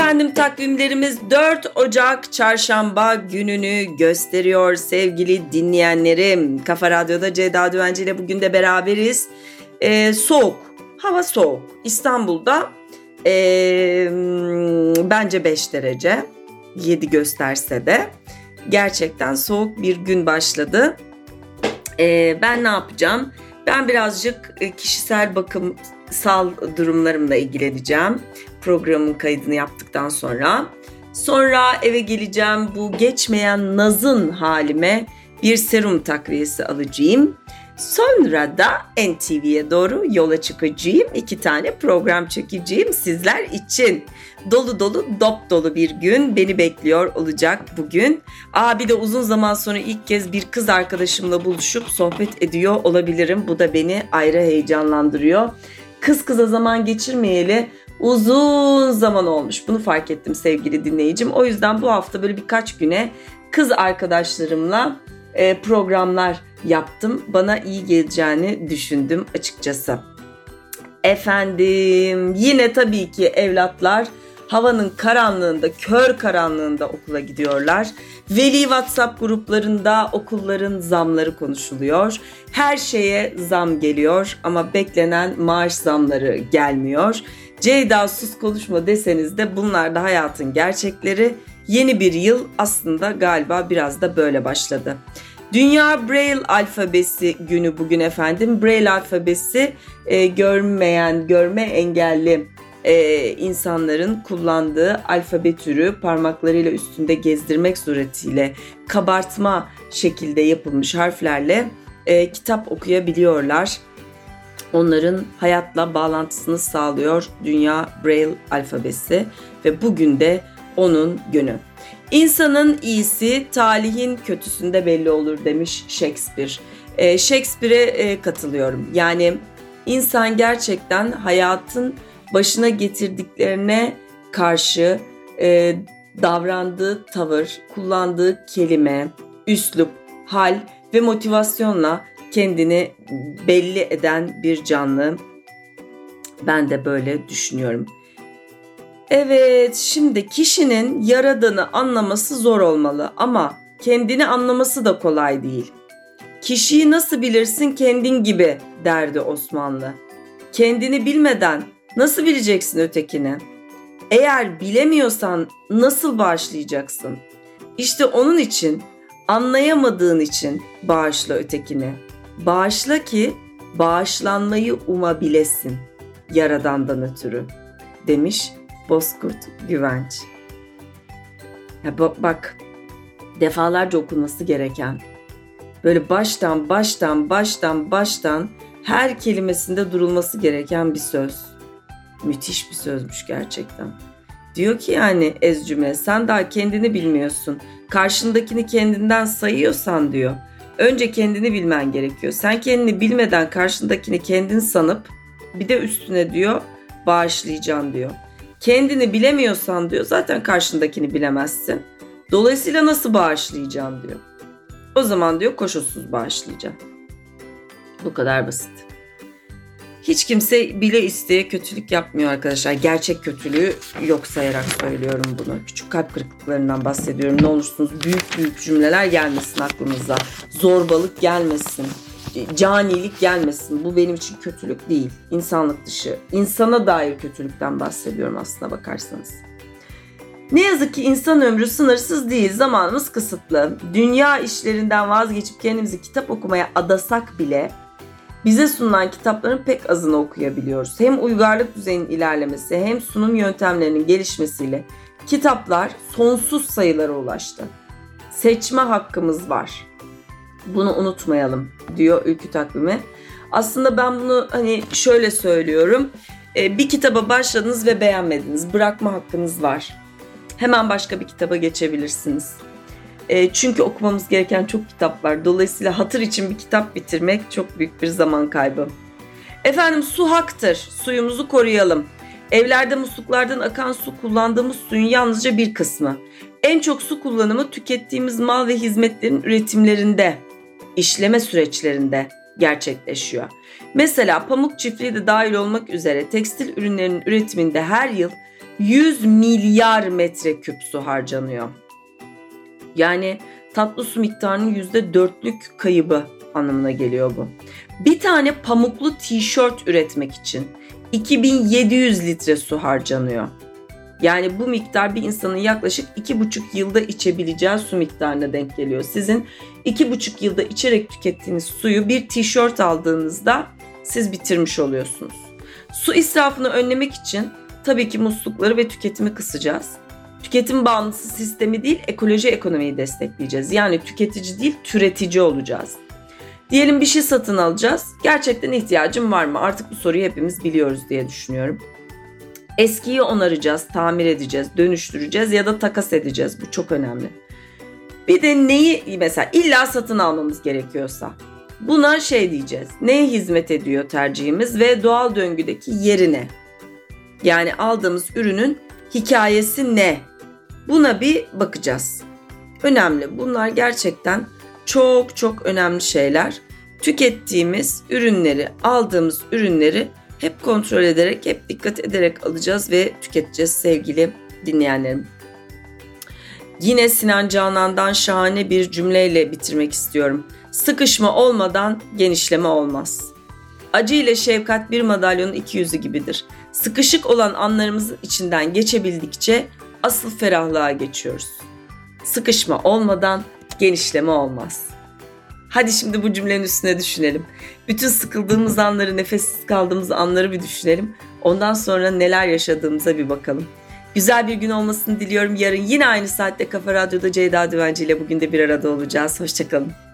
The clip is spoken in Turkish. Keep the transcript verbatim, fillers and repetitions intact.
Efendim takvimlerimiz dört Ocak Çarşamba gününü gösteriyor sevgili dinleyenlerim. Kafa Radyo'da Ceyda Düvenci ile bugün de beraberiz. Ee, soğuk, hava soğuk. İstanbul'da ee, bence beş derece, yedi gösterse de gerçekten soğuk bir gün başladı. Ee, ben ne yapacağım? Ben birazcık kişisel bakımsal durumlarımla ilgileneceğim. Programın kaydını yaptıktan sonra. Sonra eve geleceğim, bu geçmeyen nazın halime bir serum takviyesi alacağım. Sonra da N T V'ye doğru yola çıkacağım. İki tane program çekeceğim sizler için. Dolu dolu dop dolu bir gün beni bekliyor olacak bugün. Aa, bir de uzun zaman sonra ilk kez bir kız arkadaşımla buluşup sohbet ediyor olabilirim. Bu da beni ayrı heyecanlandırıyor. Kız kıza zaman geçirmeyeli uzun zaman olmuş. Bunu fark ettim sevgili dinleyicim. O yüzden bu hafta böyle birkaç güne kız arkadaşlarımla e, programlar yaptım. Bana iyi geleceğini düşündüm açıkçası. Efendim yine tabii ki evlatlar havanın karanlığında, kör karanlığında okula gidiyorlar. Veli WhatsApp gruplarında okulların zamları konuşuluyor. Her şeye zam geliyor ama beklenen maaş zamları gelmiyor. Ceyda sus konuşma deseniz de bunlar da hayatın gerçekleri. Yeni bir yıl aslında galiba biraz da böyle başladı. Dünya Braille Alfabesi günü bugün efendim. Braille alfabesi e, görmeyen, görme engelli e, insanların kullandığı alfabe türü, parmaklarıyla üstünde gezdirmek suretiyle kabartma şekilde yapılmış harflerle e, kitap okuyabiliyorlar. Onların hayatla bağlantısını sağlıyor Dünya Braille Alfabesi ve bugün de onun günü. İnsanın iyisi talihin kötüsünde belli olur demiş Shakespeare. Ee, Shakespeare'e e, katılıyorum. Yani insan gerçekten hayatın başına getirdiklerine karşı e, davrandığı tavır, kullandığı kelime, üslup, hal ve motivasyonla kendini belli eden bir canlı. Ben de böyle düşünüyorum. Evet, şimdi kişinin yaradanı anlaması zor olmalı ama kendini anlaması da kolay değil. Kişiyi nasıl bilirsin kendin gibi derdi Osmanlı. Kendini bilmeden nasıl bileceksin ötekini? Eğer bilemiyorsan nasıl bağışlayacaksın? İşte onun için, anlayamadığın için bağışla ötekini. Bağışla ki bağışlanmayı umabilesin yaradandan ötürü demiş Bozkurt Güvenç. Ya bak, defalarca okunması gereken, böyle baştan baştan baştan baştan her kelimesinde durulması gereken bir söz. Müthiş bir sözmüş gerçekten. Diyor ki yani ez cümle, sen daha kendini bilmiyorsun. Karşındakini kendinden sayıyorsan diyor, önce kendini bilmen gerekiyor. Sen kendini bilmeden karşındakini kendin sanıp bir de üstüne diyor bağışlayacaksın diyor. Kendini bilemiyorsan diyor zaten karşındakini bilemezsin. Dolayısıyla nasıl bağışlayacaksın diyor. O zaman diyor koşulsuz bağışlayacaksın. Bu kadar basit. Hiç kimse bile isteye kötülük yapmıyor arkadaşlar. Gerçek kötülüğü yok sayarak söylüyorum bunu. Küçük kalp kırıklıklarından bahsediyorum. Ne olursunuz büyük büyük cümleler gelmesin aklınıza. Zorbalık gelmesin. Canilik gelmesin. Bu benim için kötülük değil. İnsanlık dışı. İnsana dair kötülükten bahsediyorum aslına bakarsanız. Ne yazık ki insan ömrü sınırsız değil. Zamanımız kısıtlı. Dünya işlerinden vazgeçip kendimizi kitap okumaya adasak bile bize sunulan kitapların pek azını okuyabiliyoruz. Hem uygarlık düzeyinin ilerlemesi hem sunum yöntemlerinin gelişmesiyle kitaplar sonsuz sayılara ulaştı. Seçme hakkımız var. Bunu unutmayalım diyor Ülkü Takvimi. Aslında ben bunu hani şöyle söylüyorum. Bir kitaba başladınız ve beğenmediniz. Bırakma hakkınız var. Hemen başka bir kitaba geçebilirsiniz. Çünkü okumamız gereken çok kitap var. Dolayısıyla hatır için bir kitap bitirmek çok büyük bir zaman kaybı. Efendim su haktır. Suyumuzu koruyalım. Evlerde musluklardan akan su kullandığımız suyun yalnızca bir kısmı. En çok su kullanımı tükettiğimiz mal ve hizmetlerin üretimlerinde, işleme süreçlerinde gerçekleşiyor. Mesela pamuk çiftliği de dahil olmak üzere tekstil ürünlerinin üretiminde her yıl yüz milyar metreküp su harcanıyor. Yani tatlı su miktarının yüzde dörtlük kaybı anlamına geliyor bu. Bir tane pamuklu tişört üretmek için iki bin yedi yüz litre su harcanıyor. Yani bu miktar bir insanın yaklaşık iki buçuk yılda içebileceği su miktarına denk geliyor. Sizin iki buçuk yılda içerek tükettiğiniz suyu bir tişört aldığınızda siz bitirmiş oluyorsunuz. Su israfını önlemek için tabii ki muslukları ve tüketimi kısacağız. Tüketim bağımlısı sistemi değil, ekoloji ekonomiyi destekleyeceğiz. Yani tüketici değil, türetici olacağız. Diyelim bir şey satın alacağız. Gerçekten ihtiyacım var mı? Artık bu soruyu hepimiz biliyoruz diye düşünüyorum. Eskiyi onaracağız, tamir edeceğiz, dönüştüreceğiz ya da takas edeceğiz. Bu çok önemli. Bir de neyi mesela illa satın almamız gerekiyorsa buna şey diyeceğiz. Neye hizmet ediyor tercihimiz ve doğal döngüdeki yeri ne? Yani aldığımız ürünün hikayesi ne? Buna bir bakacağız. Önemli. Bunlar gerçekten çok çok önemli şeyler. Tükettiğimiz ürünleri, aldığımız ürünleri hep kontrol ederek, hep dikkat ederek alacağız ve tüketeceğiz sevgili dinleyenlerim. Yine Sinan Canan'dan şahane bir cümleyle bitirmek istiyorum. Sıkışma olmadan genişleme olmaz. Acı ile şefkat bir madalyonun iki yüzü gibidir. Sıkışık olan anlarımızın içinden geçebildikçe asıl ferahlığa geçiyoruz. Sıkışma olmadan genişleme olmaz. Hadi şimdi bu cümlenin üstüne düşünelim. Bütün sıkıldığımız anları, nefessiz kaldığımız anları bir düşünelim. Ondan sonra neler yaşadığımıza bir bakalım. Güzel bir gün olmasını diliyorum. Yarın yine aynı saatte Kafa Radyo'da Ceyda Düvenci ile bugün de bir arada olacağız. Hoşçakalın.